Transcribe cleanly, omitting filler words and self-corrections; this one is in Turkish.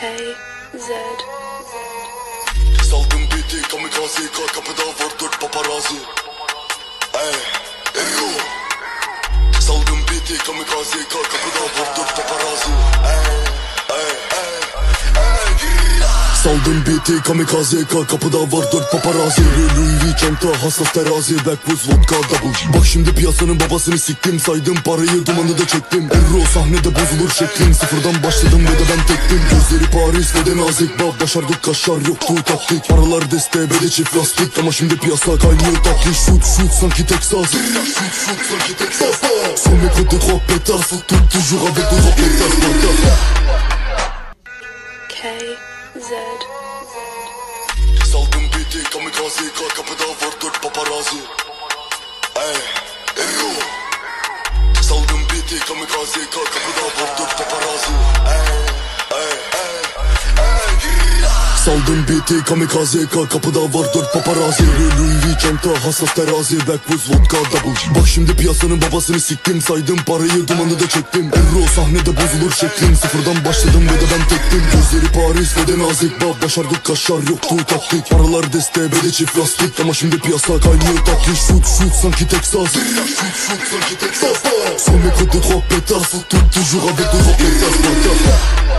KZ. Saldım biti kamikaze, kapıda var 4 paparazi. Ey, Erro. Saldım biti kamikaze, kapıda var 4 paparazi. Saldım biti kamikaze, kapıda var 4 paparazi. Louis V çanta, hassas terazi, backwoods vodka double. Bak şimdi piyasanın babasını siktim, saydım parayı, dumanı da çektim. Erro sahnede bozulur şeklim, sıfırdan başladım ve de ben tektim. Gözleri Paris ve de nazik, başardık kaşar yoktu taktik. Paralar deste ve de çift lastik, ama şimdi piyasa kaynıyor taklit. Shoot shoot sanki Texas, sans mes côtés 3 pétasses, tout toujours avec 2 pétasses. KZ. Saldım biti kamikaze, kapıda var 4 paparazi. Ey, Erro. Saldım biti kamikaze, kapıda var 4 paparazi. Saldım biti kamikaze, kapıda var 4 paparazi. Louis V çanta, hassas terazi, backwoods vodka double. Bak şimdi piyasanın babasını siktim, saydım parayı, dumanı da çektim. Erro sahnede bozulur şeklim, sıfırdan başladım ve de ben tektim. Gözleri Paris ve de nazik, başardık kaşar yoktu taktik. Paralar deste ve de çift lastik, ama şimdi piyasa kaynıyor taklit. Shoot shoot sanki Texas, sans mes côtés 3 pétasses, tout toujours avec 2 pétasses.